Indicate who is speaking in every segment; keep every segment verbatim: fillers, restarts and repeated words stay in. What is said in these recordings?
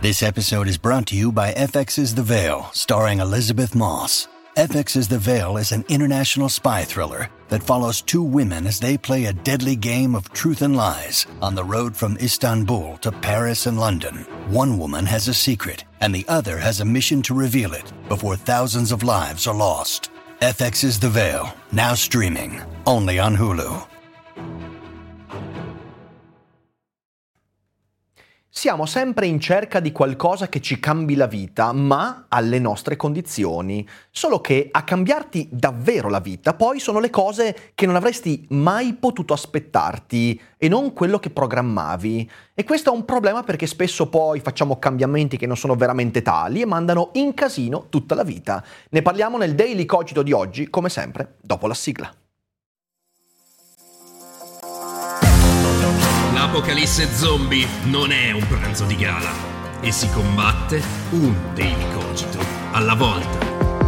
Speaker 1: This episode is brought to you by F X's The Veil, starring Elizabeth Moss. F X's The Veil is an international spy thriller that follows two women as they play a deadly game of truth and lies on the road from Istanbul to Paris and London. One woman has a secret, and the other has a mission to reveal it before thousands of lives are lost. F X's The Veil, now streaming, only on Hulu.
Speaker 2: Siamo sempre in cerca di qualcosa che ci cambi la vita, ma alle nostre condizioni. Solo che a cambiarti davvero la vita poi sono le cose che non avresti mai potuto aspettarti e non quello che programmavi. E questo è un problema perché spesso poi facciamo cambiamenti che non sono veramente tali e mandano in casino tutta la vita. Ne parliamo nel Daily Cogito di oggi, come sempre, dopo la sigla.
Speaker 3: L'apocalisse zombie non è un pranzo di gala e si combatte un Daily Cogito alla volta.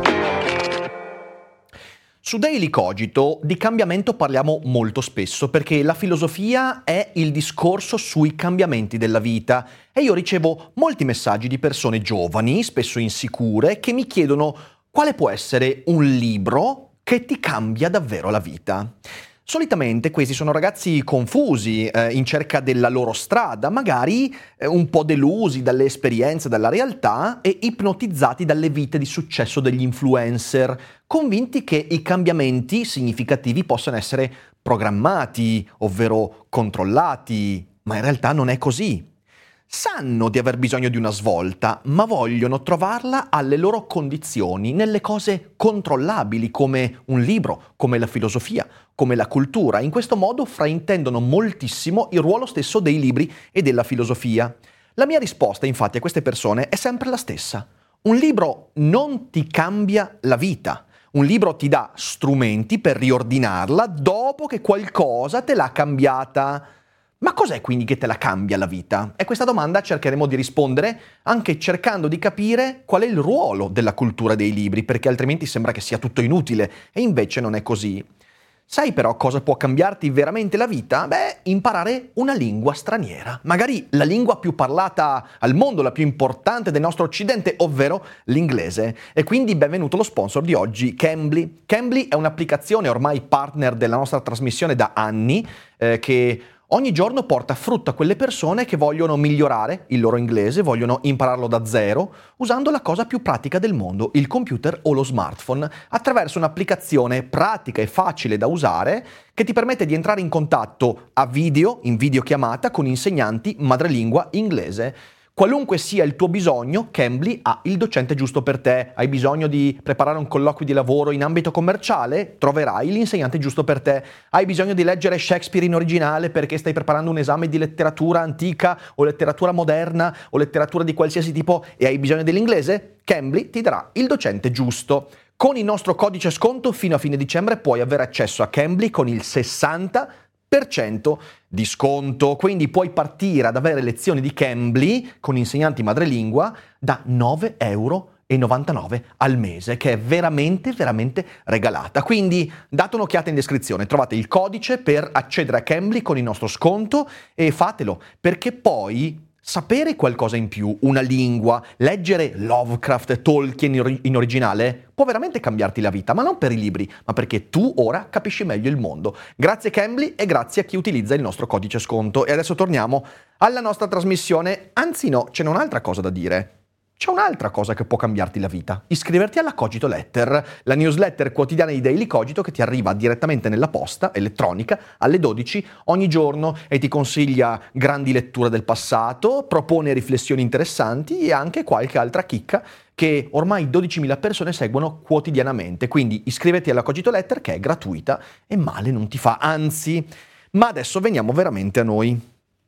Speaker 2: Su Daily Cogito di cambiamento parliamo molto spesso perché la filosofia è il discorso sui cambiamenti della vita e io ricevo molti messaggi di persone giovani, spesso insicure, che mi chiedono quale può essere un libro che ti cambia davvero la vita. Solitamente questi sono ragazzi confusi, eh, in cerca della loro strada, magari eh, un po' delusi dalle esperienze, dalla realtà e ipnotizzati dalle vite di successo degli influencer, convinti che i cambiamenti significativi possano essere programmati, ovvero controllati, ma in realtà non è così. Sanno di aver bisogno di una svolta, ma vogliono trovarla alle loro condizioni, nelle cose controllabili come un libro, come la filosofia, come la cultura. In questo modo fraintendono moltissimo il ruolo stesso dei libri e della filosofia. La mia risposta, infatti, a queste persone è sempre la stessa. Un libro non ti cambia la vita. Un libro ti dà strumenti per riordinarla dopo che qualcosa te l'ha cambiata. Ma cos'è quindi che te la cambia la vita? E questa domanda cercheremo di rispondere anche cercando di capire qual è il ruolo della cultura dei libri, perché altrimenti sembra che sia tutto inutile, e invece non è così. Sai però cosa può cambiarti veramente la vita? Beh, imparare una lingua straniera. Magari la lingua più parlata al mondo, la più importante del nostro occidente, ovvero l'inglese. E quindi benvenuto lo sponsor di oggi, Cambly. Cambly è un'applicazione ormai partner della nostra trasmissione da anni, eh, che ogni giorno porta frutto a quelle persone che vogliono migliorare il loro inglese, vogliono impararlo da zero, usando la cosa più pratica del mondo, il computer o lo smartphone, attraverso un'applicazione pratica e facile da usare che ti permette di entrare in contatto a video, in videochiamata, con insegnanti madrelingua inglese. Qualunque sia il tuo bisogno, Cambly ha il docente giusto per te. Hai bisogno di preparare un colloquio di lavoro in ambito commerciale? Troverai l'insegnante giusto per te. Hai bisogno di leggere Shakespeare in originale perché stai preparando un esame di letteratura antica o letteratura moderna o letteratura di qualsiasi tipo e hai bisogno dell'inglese? Cambly ti darà il docente giusto. Con il nostro codice sconto fino a fine dicembre puoi avere accesso a Cambly con il sessanta per cento di sconto, quindi puoi partire ad avere lezioni di Cambly con insegnanti madrelingua da nove euro e novantanove al mese, che è veramente veramente regalata. Quindi date un'occhiata in descrizione, trovate il codice per accedere a Cambly con il nostro sconto e fatelo, perché poi sapere qualcosa in più, una lingua, leggere Lovecraft e Tolkien in, in originale può veramente cambiarti la vita, ma non per i libri, ma perché tu ora capisci meglio il mondo. Grazie Cambly e grazie a chi utilizza il nostro codice sconto. E adesso torniamo alla nostra trasmissione. Anzi no, ce n'è un'altra cosa da dire. C'è un'altra cosa che può cambiarti la vita. Iscriverti alla Cogito Letter, la newsletter quotidiana di Daily Cogito che ti arriva direttamente nella posta elettronica alle dodici ogni giorno e ti consiglia grandi letture del passato, propone riflessioni interessanti e anche qualche altra chicca che ormai dodicimila persone seguono quotidianamente. Quindi iscriviti alla Cogito Letter che è gratuita e male non ti fa, anzi. Ma adesso veniamo veramente a noi.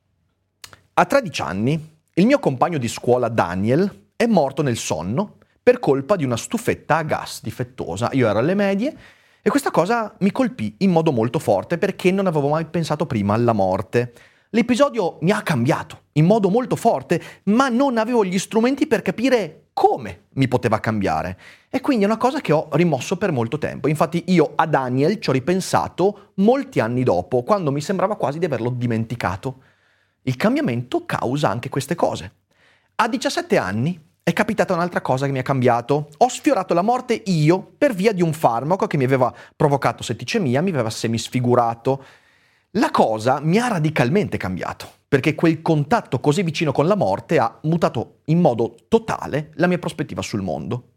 Speaker 2: A tredici anni, il mio compagno di scuola Daniel è morto nel sonno per colpa di una stufetta a gas difettosa. Io ero alle medie e questa cosa mi colpì in modo molto forte perché non avevo mai pensato prima alla morte. L'episodio mi ha cambiato in modo molto forte, ma non avevo gli strumenti per capire come mi poteva cambiare. E quindi è una cosa che ho rimosso per molto tempo. Infatti io a Daniel ci ho ripensato molti anni dopo, quando mi sembrava quasi di averlo dimenticato. Il cambiamento causa anche queste cose. A diciassette anni è capitata un'altra cosa che mi ha cambiato. Ho sfiorato la morte io per via di un farmaco che mi aveva provocato setticemia, mi aveva semisfigurato. La cosa mi ha radicalmente cambiato, perché quel contatto così vicino con la morte ha mutato in modo totale la mia prospettiva sul mondo.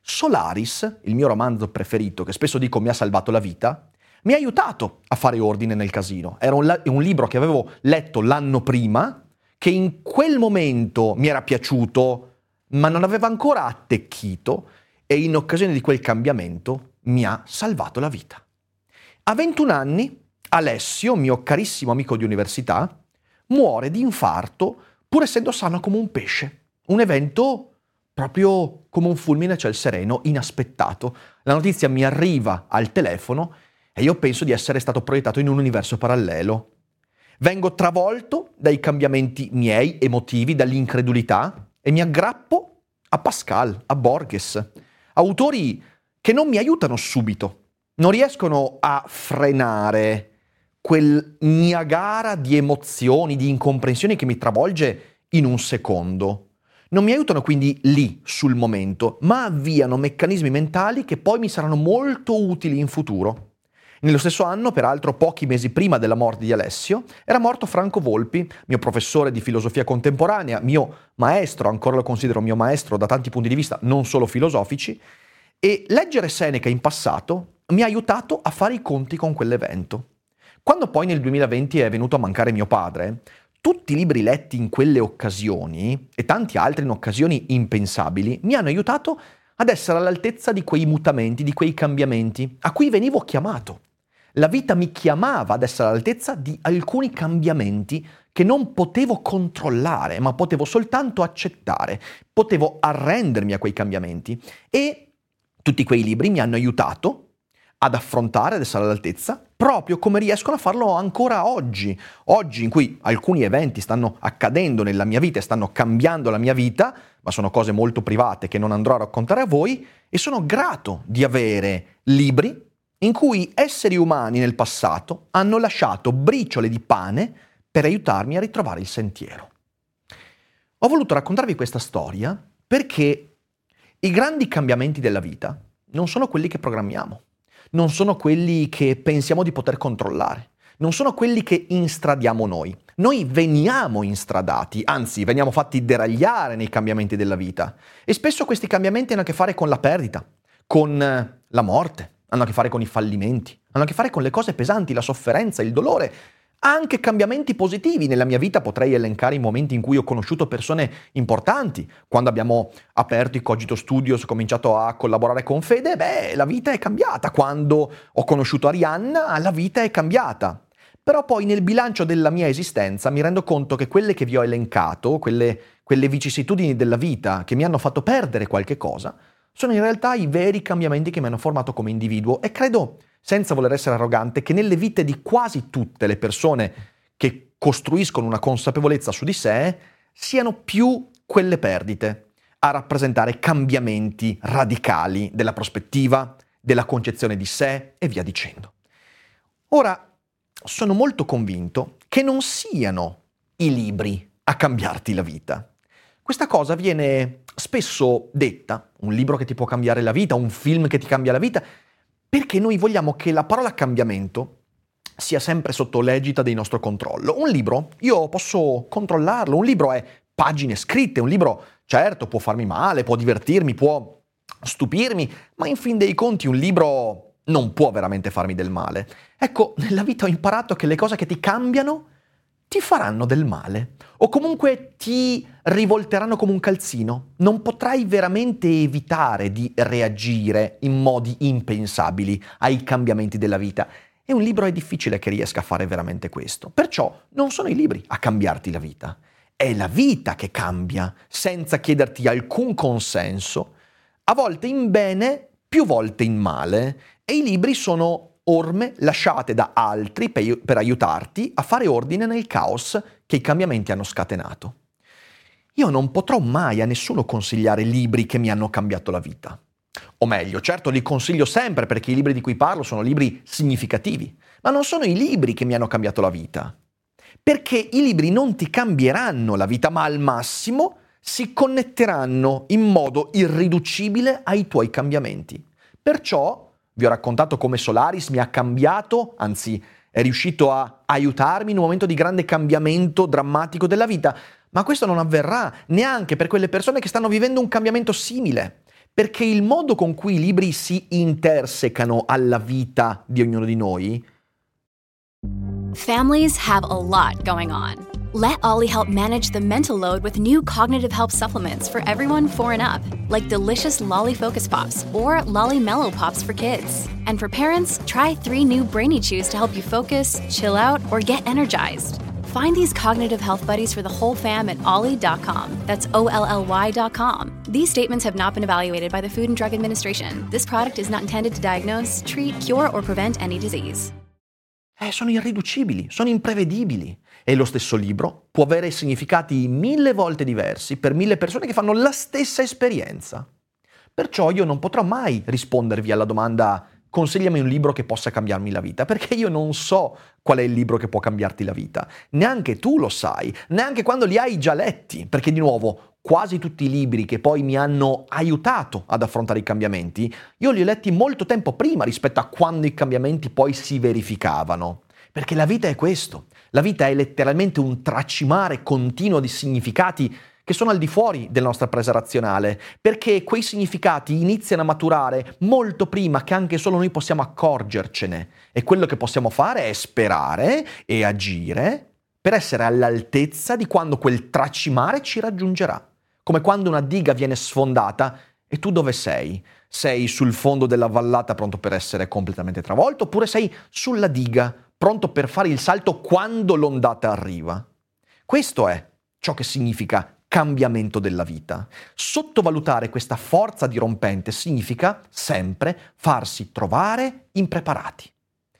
Speaker 2: Solaris, il mio romanzo preferito, che spesso dico mi ha salvato la vita, mi ha aiutato a fare ordine nel casino. Era un, la- un libro che avevo letto l'anno prima, che in quel momento mi era piaciuto, ma non aveva ancora attecchito, e in occasione di quel cambiamento mi ha salvato la vita. A ventuno anni, Alessio, mio carissimo amico di università, muore di infarto pur essendo sano come un pesce. Un evento proprio come un fulmine a ciel sereno, inaspettato. La notizia mi arriva al telefono e io penso di essere stato proiettato in un universo parallelo. Vengo travolto dai cambiamenti miei, emotivi, dall'incredulità, e mi aggrappo a Pascal, a Borges, autori che non mi aiutano subito, non riescono a frenare quel Niagara di emozioni, di incomprensioni che mi travolge in un secondo. Non mi aiutano quindi lì, sul momento, ma avviano meccanismi mentali che poi mi saranno molto utili in futuro. Nello stesso anno, peraltro pochi mesi prima della morte di Alessio, era morto Franco Volpi, mio professore di filosofia contemporanea, mio maestro, ancora lo considero mio maestro da tanti punti di vista, non solo filosofici, e leggere Seneca in passato mi ha aiutato a fare i conti con quell'evento. Quando poi nel duemilaventi è venuto a mancare mio padre, tutti i libri letti in quelle occasioni, e tanti altri in occasioni impensabili, mi hanno aiutato ad essere all'altezza di quei mutamenti, di quei cambiamenti, a cui venivo chiamato. La vita mi chiamava ad essere all'altezza di alcuni cambiamenti che non potevo controllare, ma potevo soltanto accettare, potevo arrendermi a quei cambiamenti. E tutti quei libri mi hanno aiutato ad affrontare, ad essere all'altezza, proprio come riescono a farlo ancora oggi. Oggi in cui alcuni eventi stanno accadendo nella mia vita e stanno cambiando la mia vita, ma sono cose molto private che non andrò a raccontare a voi, e sono grato di avere libri in cui esseri umani nel passato hanno lasciato briciole di pane per aiutarmi a ritrovare il sentiero. Ho voluto raccontarvi questa storia perché i grandi cambiamenti della vita non sono quelli che programmiamo, non sono quelli che pensiamo di poter controllare, non sono quelli che instradiamo noi. Noi veniamo instradati, anzi veniamo fatti deragliare nei cambiamenti della vita, e spesso questi cambiamenti hanno a che fare con la perdita, con la morte, hanno a che fare con i fallimenti, hanno a che fare con le cose pesanti, la sofferenza, il dolore, anche cambiamenti positivi. Nella mia vita potrei elencare i momenti in cui ho conosciuto persone importanti. Quando abbiamo aperto i Cogito Studios, ho cominciato a collaborare con Fede, beh, la vita è cambiata. Quando ho conosciuto Arianna, la vita è cambiata. Però poi nel bilancio della mia esistenza mi rendo conto che quelle che vi ho elencato, quelle, quelle vicissitudini della vita che mi hanno fatto perdere qualche cosa, sono in realtà i veri cambiamenti che mi hanno formato come individuo, e credo, senza voler essere arrogante, che nelle vite di quasi tutte le persone che costruiscono una consapevolezza su di sé siano più quelle perdite a rappresentare cambiamenti radicali della prospettiva, della concezione di sé e via dicendo. Ora, sono molto convinto che non siano i libri a cambiarti la vita. Questa cosa viene spesso detta, un libro che ti può cambiare la vita, un film che ti cambia la vita, perché noi vogliamo che la parola cambiamento sia sempre sotto l'egida del nostro controllo. Un libro, io posso controllarlo, un libro è pagine scritte, un libro, certo, può farmi male, può divertirmi, può stupirmi, ma in fin dei conti un libro non può veramente farmi del male. Ecco, nella vita ho imparato che le cose che ti cambiano ti faranno del male, o comunque ti rivolteranno come un calzino. Non potrai veramente evitare di reagire in modi impensabili ai cambiamenti della vita, e un libro è difficile che riesca a fare veramente questo. Perciò non sono i libri a cambiarti la vita, è la vita che cambia, senza chiederti alcun consenso, a volte in bene, più volte in male, e i libri sono orme lasciate da altri per, per aiutarti a fare ordine nel caos che i cambiamenti hanno scatenato. Io non potrò mai a nessuno consigliare libri che mi hanno cambiato la vita. O meglio, certo li consiglio sempre perché i libri di cui parlo sono libri significativi, ma non sono i libri che mi hanno cambiato la vita. Perché i libri non ti cambieranno la vita, ma al massimo si connetteranno in modo irriducibile ai tuoi cambiamenti. Perciò vi ho raccontato come Solaris mi ha cambiato, anzi è riuscito a aiutarmi in un momento di grande cambiamento drammatico della vita, ma questo non avverrà neanche per quelle persone che stanno vivendo un cambiamento simile, perché il modo con cui i libri si intersecano alla vita di ognuno di noi.
Speaker 4: Families have a lot going on. Let Ollie help manage the mental load with new cognitive help supplements for everyone four and up, like delicious Lolly Focus Pops or Lolly Mellow Pops for kids. And for parents, try three new Brainy Chews to help you focus, chill out, or get energized. Find these cognitive health buddies for the whole fam at ollie dot com. That's O L L Y dot com. These statements have not been evaluated by the Food and Drug Administration. This product is not intended to diagnose, treat, cure, or prevent any disease.
Speaker 2: Eh, sono irriducibili, sono imprevedibili. E lo stesso libro può avere significati mille volte diversi per mille persone che fanno la stessa esperienza. Perciò io non potrò mai rispondervi alla domanda consigliami un libro che possa cambiarmi la vita, perché io non so qual è il libro che può cambiarti la vita. Neanche tu lo sai, neanche quando li hai già letti, perché di nuovo quasi tutti i libri che poi mi hanno aiutato ad affrontare i cambiamenti, io li ho letti molto tempo prima rispetto a quando i cambiamenti poi si verificavano. Perché la vita è questo. La vita è letteralmente un tracimare continuo di significati che sono al di fuori della nostra presa razionale, perché quei significati iniziano a maturare molto prima che anche solo noi possiamo accorgercene. E quello che possiamo fare è sperare e agire per essere all'altezza di quando quel tracimare ci raggiungerà. Come quando una diga viene sfondata e tu dove sei? Sei sul fondo della vallata pronto per essere completamente travolto, oppure sei sulla diga pronto per fare il salto quando l'ondata arriva? Questo è ciò che significa cambiamento della vita. Sottovalutare questa forza dirompente significa sempre farsi trovare impreparati.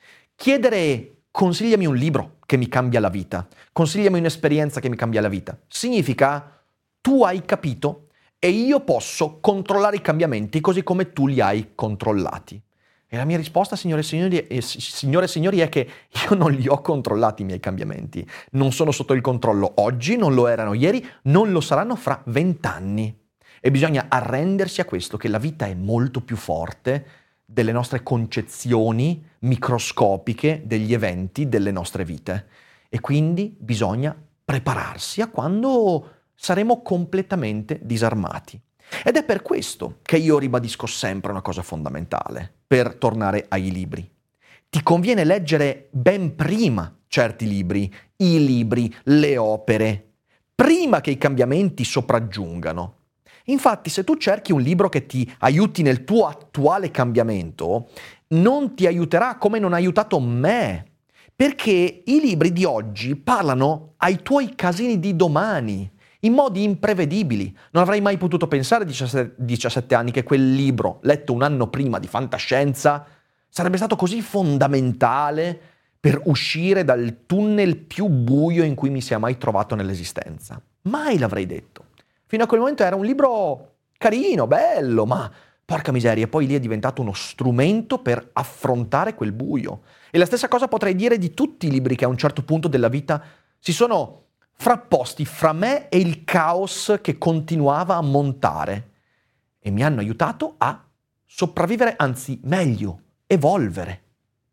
Speaker 2: Chiedere consigliami un libro che mi cambia la vita, consigliami un'esperienza che mi cambia la vita, significa tu hai capito e io posso controllare i cambiamenti così come tu li hai controllati. E la mia risposta, signore e signori, eh, signore e signori, è che io non li ho controllati i miei cambiamenti. Non sono sotto il controllo oggi, non lo erano ieri, non lo saranno fra vent'anni. E bisogna arrendersi a questo, che la vita è molto più forte delle nostre concezioni microscopiche degli eventi delle nostre vite. E quindi bisogna prepararsi a quando saremo completamente disarmati. Ed è per questo che io ribadisco sempre una cosa fondamentale, per tornare ai libri. Ti conviene leggere ben prima certi libri, i libri, le opere, prima che i cambiamenti sopraggiungano. Infatti, se tu cerchi un libro che ti aiuti nel tuo attuale cambiamento, non ti aiuterà come non ha aiutato me, perché i libri di oggi parlano ai tuoi casini di domani, in modi imprevedibili. Non avrei mai potuto pensare a diciassette anni che quel libro, letto un anno prima di fantascienza, sarebbe stato così fondamentale per uscire dal tunnel più buio in cui mi sia mai trovato nell'esistenza. Mai l'avrei detto. Fino a quel momento era un libro carino, bello, ma porca miseria, poi lì è diventato uno strumento per affrontare quel buio. E la stessa cosa potrei dire di tutti i libri che a un certo punto della vita si sono frapposti fra me e il caos che continuava a montare e mi hanno aiutato a sopravvivere, anzi meglio, evolvere.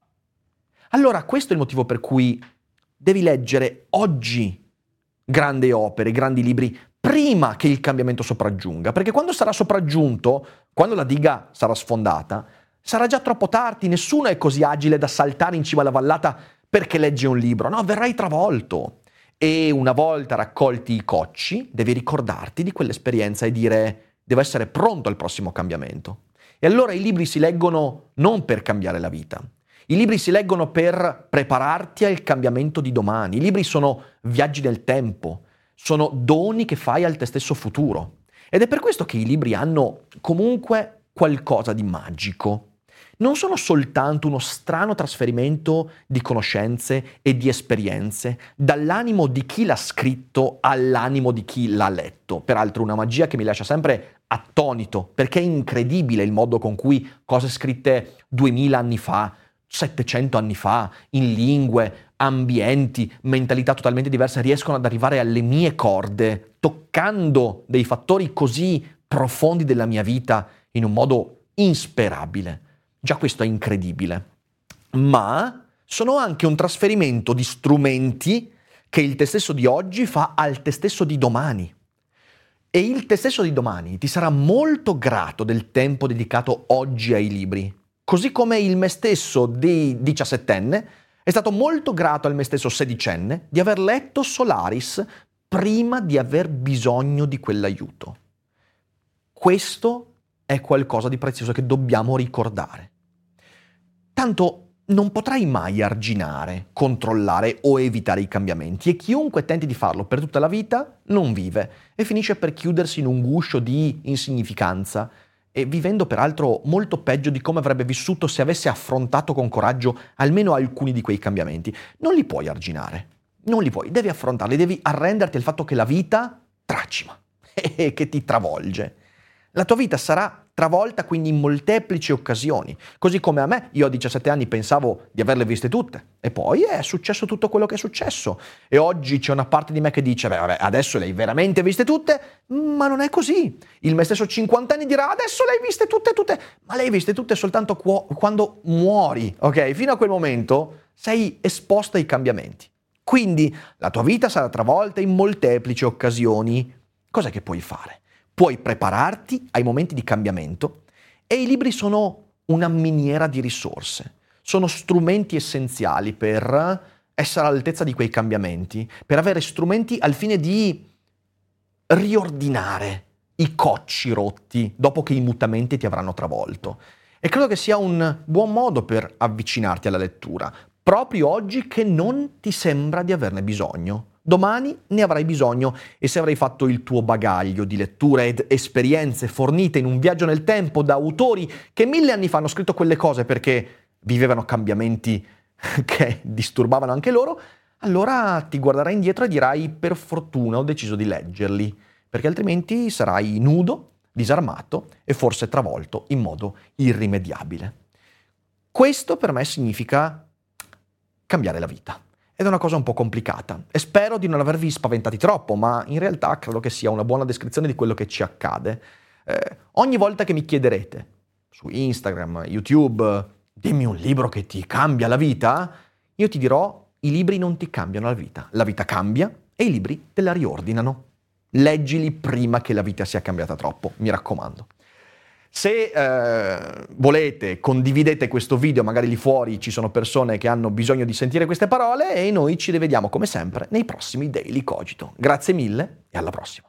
Speaker 2: Allora questo è il motivo per cui devi leggere oggi grandi opere, grandi libri, prima che il cambiamento sopraggiunga, perché quando sarà sopraggiunto, quando la diga sarà sfondata, sarà già troppo tardi, nessuno è così agile da saltare in cima alla vallata perché legge un libro, no, verrai travolto. E una volta raccolti i cocci, devi ricordarti di quell'esperienza e dire devo essere pronto al prossimo cambiamento. E allora i libri si leggono non per cambiare la vita. I libri si leggono per prepararti al cambiamento di domani. I libri sono viaggi nel tempo, sono doni che fai al te stesso futuro. Ed è per questo che i libri hanno comunque qualcosa di magico. Non sono soltanto uno strano trasferimento di conoscenze e di esperienze dall'animo di chi l'ha scritto all'animo di chi l'ha letto. Peraltro una magia che mi lascia sempre attonito, perché è incredibile il modo con cui cose scritte duemila anni fa, settecento anni fa, in lingue ambienti, mentalità totalmente diverse riescono ad arrivare alle mie corde, toccando dei fattori così profondi della mia vita in un modo insperabile. Già questo è incredibile. Ma sono anche un trasferimento di strumenti che il te stesso di oggi fa al te stesso di domani. E il te stesso di domani ti sarà molto grato del tempo dedicato oggi ai libri, così come il me stesso di diciassettenne è stato molto grato al me stesso sedicenne di aver letto Solaris prima di aver bisogno di quell'aiuto. Questo è qualcosa di prezioso che dobbiamo ricordare. Tanto non potrai mai arginare, controllare o evitare i cambiamenti e chiunque tenti di farlo per tutta la vita non vive e finisce per chiudersi in un guscio di insignificanza e vivendo peraltro molto peggio di come avrebbe vissuto se avesse affrontato con coraggio almeno alcuni di quei cambiamenti. Non li puoi arginare, non li puoi, devi affrontarli, devi arrenderti al fatto che la vita tracima e che ti travolge. La tua vita sarà travolta quindi in molteplici occasioni, così come a me, io a diciassette anni pensavo di averle viste tutte e poi è successo tutto quello che è successo e oggi c'è una parte di me che dice beh vabbè adesso le hai veramente viste tutte, ma non è così. Il me stesso cinquantenne dirà adesso le hai viste tutte tutte, ma le hai viste tutte soltanto qu- quando muori, ok? Fino a quel momento sei esposto ai cambiamenti, quindi la tua vita sarà travolta in molteplici occasioni. Cos'è che puoi fare? Puoi prepararti ai momenti di cambiamento e i libri sono una miniera di risorse, sono strumenti essenziali per essere all'altezza di quei cambiamenti, per avere strumenti al fine di riordinare i cocci rotti dopo che i mutamenti ti avranno travolto. E credo che sia un buon modo per avvicinarti alla lettura, proprio oggi che non ti sembra di averne bisogno. Domani ne avrai bisogno e se avrai fatto il tuo bagaglio di letture ed esperienze fornite in un viaggio nel tempo da autori che mille anni fa hanno scritto quelle cose perché vivevano cambiamenti che disturbavano anche loro, allora ti guarderai indietro e dirai per fortuna ho deciso di leggerli, perché altrimenti sarai nudo, disarmato e forse travolto in modo irrimediabile. Questo per me significa cambiare la vita. Ed è una cosa un po' complicata e spero di non avervi spaventati troppo, ma in realtà credo che sia una buona descrizione di quello che ci accade. Eh, ogni volta che mi chiederete su Instagram, YouTube, dimmi un libro che ti cambia la vita, io ti dirò i libri non ti cambiano la vita, la vita cambia e i libri te la riordinano. Leggili prima che la vita sia cambiata troppo, mi raccomando. Se eh, volete, condividete questo video, magari lì fuori ci sono persone che hanno bisogno di sentire queste parole e noi ci rivediamo come sempre nei prossimi Daily Cogito. Grazie mille e alla prossima.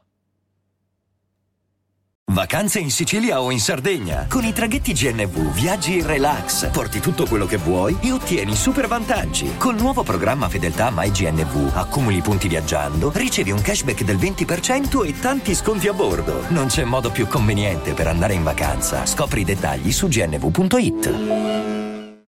Speaker 5: Vacanze in Sicilia o in Sardegna. Con i traghetti G N V viaggi in relax, porti tutto quello che vuoi e ottieni super vantaggi. Col nuovo programma Fedeltà MyGNV accumuli punti viaggiando, ricevi un cashback del venti per cento e tanti sconti a bordo. Non c'è modo più conveniente per andare in vacanza. Scopri i dettagli su gnv punto it.